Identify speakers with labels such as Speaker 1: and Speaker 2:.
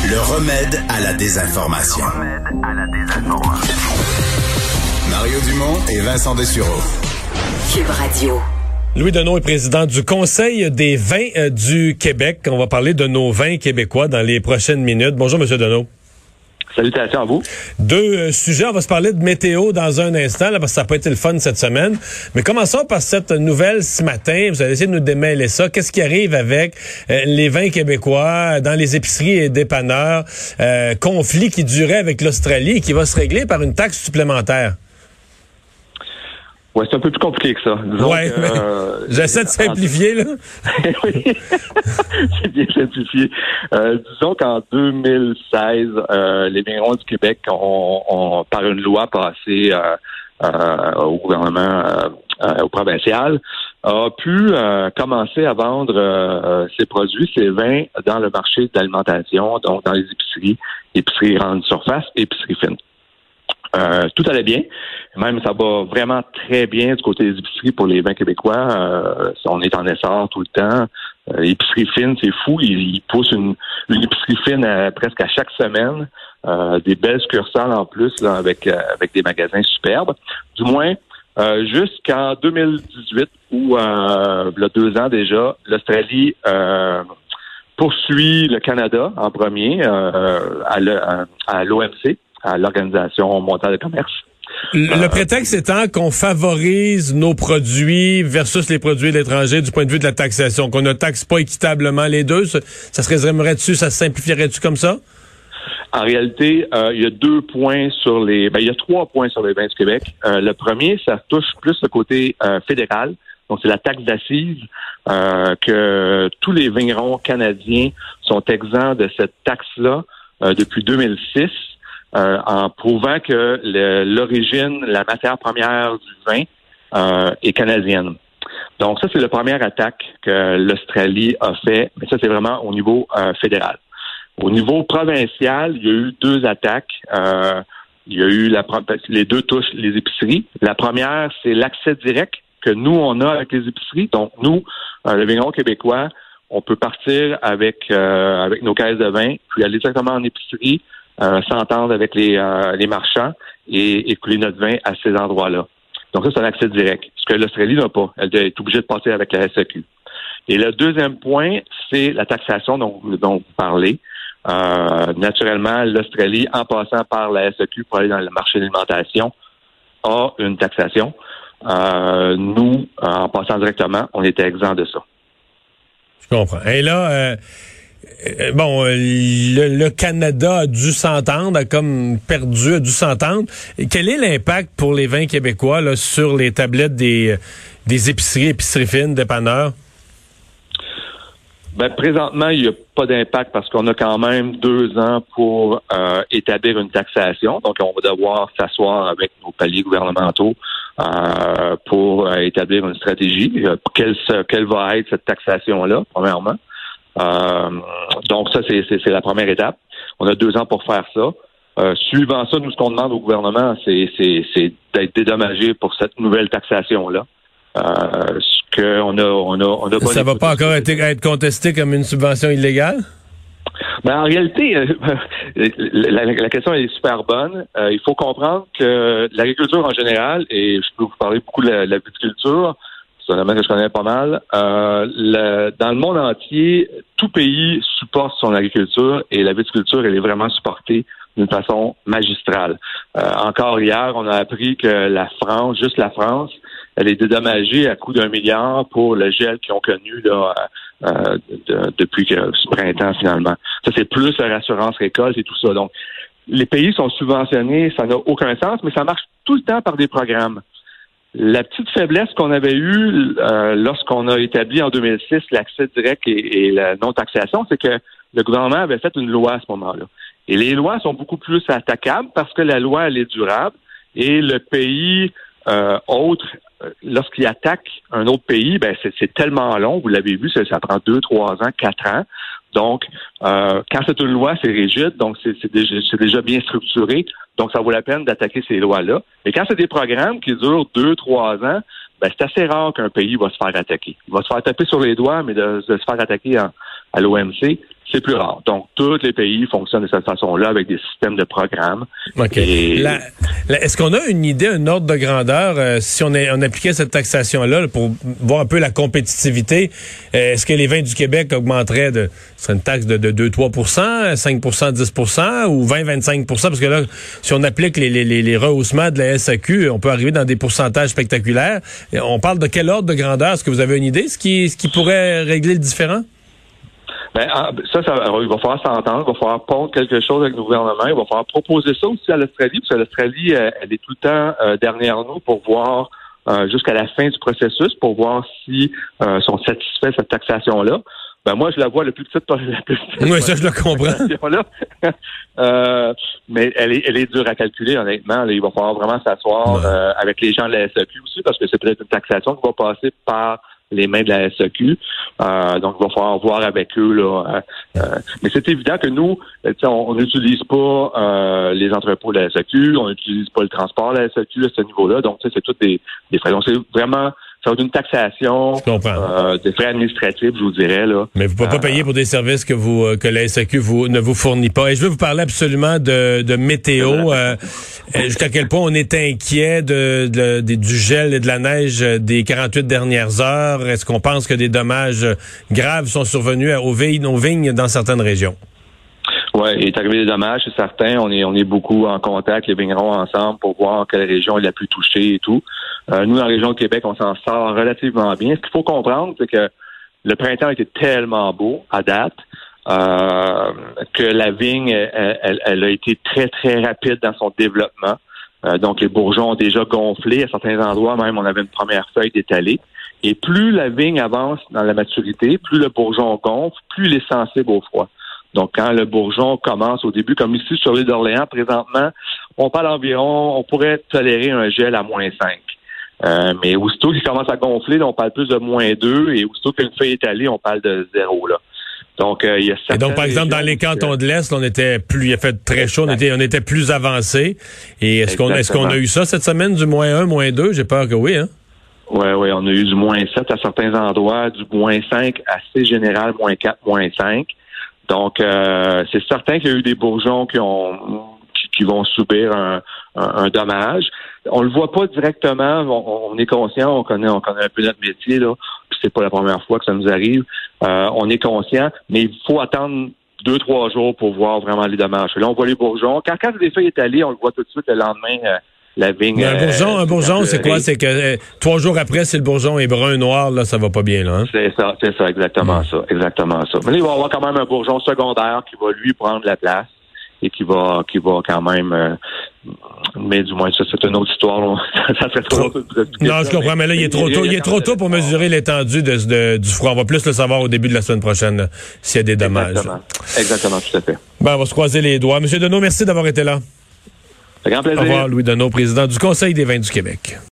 Speaker 1: Le remède à la désinformation. Mario Dumont et Vincent Dessureau.
Speaker 2: Cube Radio.
Speaker 3: Louis Deneau est président du Conseil des vins du Québec. On va parler de nos vins québécois dans les prochaines minutes. Bonjour, M. Deneau.
Speaker 4: Salutations à vous.
Speaker 3: Deux sujets. On va se parler de météo dans un instant, là, parce que ça n'a pas été le fun cette semaine. Mais commençons par cette nouvelle ce matin. Vous allez essayer de nous démêler ça. Qu'est-ce qui arrive avec les vins québécois dans les épiceries et dépanneurs? Conflit qui durait avec l'Australie et qui va se régler par une taxe supplémentaire.
Speaker 4: Ouais, c'est un peu plus compliqué que ça. Disons
Speaker 3: j'essaie de simplifier, là.
Speaker 4: Oui, c'est bien simplifié. Disons qu'en 2016, les vignerons du Québec ont par une loi passée au gouvernement, au provincial, a pu commencer à vendre ses produits, ses vins, dans le marché de l'alimentation, donc dans les épiceries grande surface, épiceries fines. Tout allait bien. Même ça va vraiment très bien du côté des épiceries pour les vins québécois. On est en essor tout le temps. Épicerie fine, c'est fou. Ils poussent une épicerie fine presque à chaque semaine. Des belles succursales en plus là, avec des magasins superbes. Du moins, jusqu'en 2018, où il y a 2 ans déjà, l'Australie poursuit le Canada en premier à l'OMC, à l'Organisation mondiale du commerce.
Speaker 3: Le prétexte étant qu'on favorise nos produits versus les produits de l'étranger du point de vue de la taxation, qu'on ne taxe pas équitablement les deux. Ça se résumerait-tu, ça se simplifierait-tu comme ça?
Speaker 4: En réalité, il y a 2 points il y a 3 points sur les vins du Québec. Le premier, ça touche plus le côté fédéral. Donc, c'est la taxe d'assises que tous les vignerons canadiens sont exempts de cette taxe-là depuis 2006. En prouvant que l'origine, la matière première du vin est canadienne. Donc ça, c'est la première attaque que l'Australie a fait, mais ça, c'est vraiment au niveau fédéral. Au niveau provincial, il y a eu 2 attaques. Il y a eu les 2 touchent les épiceries. La première, c'est l'accès direct que nous, on a avec les épiceries. Donc nous, le vigneron québécois, on peut partir avec nos caisses de vin, puis aller directement en épicerie, s'entendre avec les marchands et écouler notre vin à ces endroits-là. Donc ça, c'est un accès direct. Ce que l'Australie n'a pas. Elle est obligée de passer avec la SAQ. Et le deuxième point, c'est la taxation dont vous parlez. Naturellement, l'Australie, en passant par la SAQ pour aller dans le marché de l'alimentation, a une taxation. Nous, en passant directement, on était exempt de ça.
Speaker 3: Je comprends. Et là... le Canada a dû s'entendre, a dû s'entendre. Quel est l'impact pour les vins québécois là, sur les tablettes des épiceries fines, dépanneurs?
Speaker 4: Présentement, il n'y a pas d'impact parce qu'on a quand même 2 ans pour établir une taxation. Donc, on va devoir s'asseoir avec nos paliers gouvernementaux pour établir une stratégie. Quelle va être cette taxation-là, premièrement? Donc ça, c'est la première étape. On a 2 ans pour faire ça. Suivant ça, nous, ce qu'on demande au gouvernement, c'est d'être dédommagé pour cette nouvelle taxation-là. Ce qu'on a pas.
Speaker 3: Ça va pas encore être contesté comme une subvention illégale?
Speaker 4: En réalité, la question est super bonne. Il faut comprendre que l'agriculture en général, et je peux vous parler beaucoup de la viticulture, c'est un domaine que je connais pas mal. Dans le monde entier, tout pays supporte son agriculture et la viticulture, elle est vraiment supportée d'une façon magistrale. Encore hier, on a appris que la France, elle est dédommagée à coût d'1 milliard pour le gel qu'ils ont connu là, depuis ce printemps finalement. Ça, c'est plus l'assurance récolte et tout ça. Donc, les pays sont subventionnés, ça n'a aucun sens, mais ça marche tout le temps par des programmes. La petite faiblesse qu'on avait eue lorsqu'on a établi en 2006 l'accès direct et la non-taxation, c'est que le gouvernement avait fait une loi à ce moment-là. Et les lois sont beaucoup plus attaquables parce que la loi, elle est durable et le pays autre, lorsqu'il attaque un autre pays, c'est tellement long, vous l'avez vu, ça prend 2, 3 ans, 4 ans. Donc, quand c'est une loi, c'est rigide, donc c'est déjà bien structuré, donc ça vaut la peine d'attaquer ces lois-là. Mais quand c'est des programmes qui durent 2, 3 ans, c'est assez rare qu'un pays va se faire attaquer. Il va se faire taper sur les doigts, mais de se faire attaquer à l'OMC, c'est plus rare. Donc, tous les pays fonctionnent de cette façon-là avec des systèmes de programmes.
Speaker 3: OK.
Speaker 4: Et...
Speaker 3: Est-ce qu'on a une idée, un ordre de grandeur, si on appliquait cette taxation-là pour voir un peu la compétitivité? Est-ce que les vins du Québec augmenteraient ce serait une taxe de 2-3 5 10 ou 20-25 Parce que là, si on applique les rehaussements de la SAQ, on peut arriver dans des pourcentages spectaculaires. On parle de quel ordre de grandeur? Est-ce que vous avez une idée? Ce qui pourrait régler le différent?
Speaker 4: Ben, il va falloir s'entendre, il va falloir pondre quelque chose avec le gouvernement, il va falloir proposer ça aussi à l'Australie, parce que l'Australie, elle est tout le temps derrière nous pour voir jusqu'à la fin du processus, pour voir si sont satisfaits de cette taxation-là. Ben moi, je la vois le plus petite.
Speaker 3: Oui, ça, je le comprends.
Speaker 4: Mais elle est dure à calculer, honnêtement. Là, il va falloir vraiment s'asseoir avec les gens de la SAQ aussi, parce que c'est peut-être une taxation qui va passer par les mains de la SAQ. Donc, il va falloir voir avec eux. Là. Mais c'est évident que nous, on n'utilise pas les entrepôts de la SAQ, on n'utilise pas le transport de la SAQ à ce niveau-là. Donc, c'est toutes des frais. Donc, c'est vraiment... Ça va être une taxation, des frais administratifs, je vous dirais. Là.
Speaker 3: Mais vous ne pouvez pas payer pour des services que la SAQ ne vous fournit pas. Et je veux vous parler absolument de météo. Jusqu'à quel point on est inquiet du gel et de la neige des 48 dernières heures. Est-ce qu'on pense que des dommages graves sont survenus aux vignes dans certaines régions?
Speaker 4: Oui, il est arrivé des dommages, c'est certain. On est beaucoup en contact, les vignerons ensemble, pour voir quelle région est la plus touchée et tout. Nous, dans la région de Québec, on s'en sort relativement bien. Ce qu'il faut comprendre, c'est que le printemps a été tellement beau à date que la vigne, elle a été très, très rapide dans son développement. Donc, les bourgeons ont déjà gonflé. À certains endroits, même, on avait une première feuille d'étalée. Et plus la vigne avance dans la maturité, plus le bourgeon gonfle, plus il est sensible au froid. Donc, quand le bourgeon commence au début, comme ici sur l'île d'Orléans, présentement, on parle environ, on pourrait tolérer un gel à -5. Mais aussitôt qu'il commence à gonfler, là, on parle plus de -2, et aussitôt qu'une feuille est étalée, on parle de 0, là. Donc, il y a certaines...
Speaker 3: Et donc, par exemple, dans les cantons de l'Est, il a fait très chaud, on était plus avancé. Et est-ce qu'on a eu ça cette semaine, du -1, -2? J'ai peur que oui, hein?
Speaker 4: Oui, on a eu du -7 à certains endroits, du -5 assez général, -4, -5. Donc, c'est certain qu'il y a eu des bourgeons qui vont subir un dommage. On le voit pas directement. On est conscient, on connaît un peu notre métier, là. Puis c'est pas la première fois que ça nous arrive. On est conscient, mais il faut attendre 2-3 jours pour voir vraiment les dommages. Là, on voit les bourgeons. Quand les feuilles étalées, on le voit tout de suite le lendemain. La vigne.
Speaker 3: Un bourgeon, c'est quoi? C'est que 3 jours après, si le bourgeon est brun noir, là, ça va pas bien, là. Hein?
Speaker 4: C'est ça, exactement ça. Mais là, il va y avoir quand même un bourgeon secondaire qui va lui prendre la place et qui va quand même. Mais du moins, ça, c'est une autre histoire. Là. Ça serait trop.
Speaker 3: Non, je comprends, mais là, il est trop tôt pour mesurer l'étendue du froid. On va plus le savoir au début de la semaine prochaine, là, s'il y a des dommages.
Speaker 4: Exactement, tout à fait.
Speaker 3: Ben, on va se croiser les doigts. Monsieur Deneau, merci d'avoir été là.
Speaker 4: Un grand plaisir.
Speaker 3: Au revoir, Louis Deneau, président du Conseil des vins du Québec.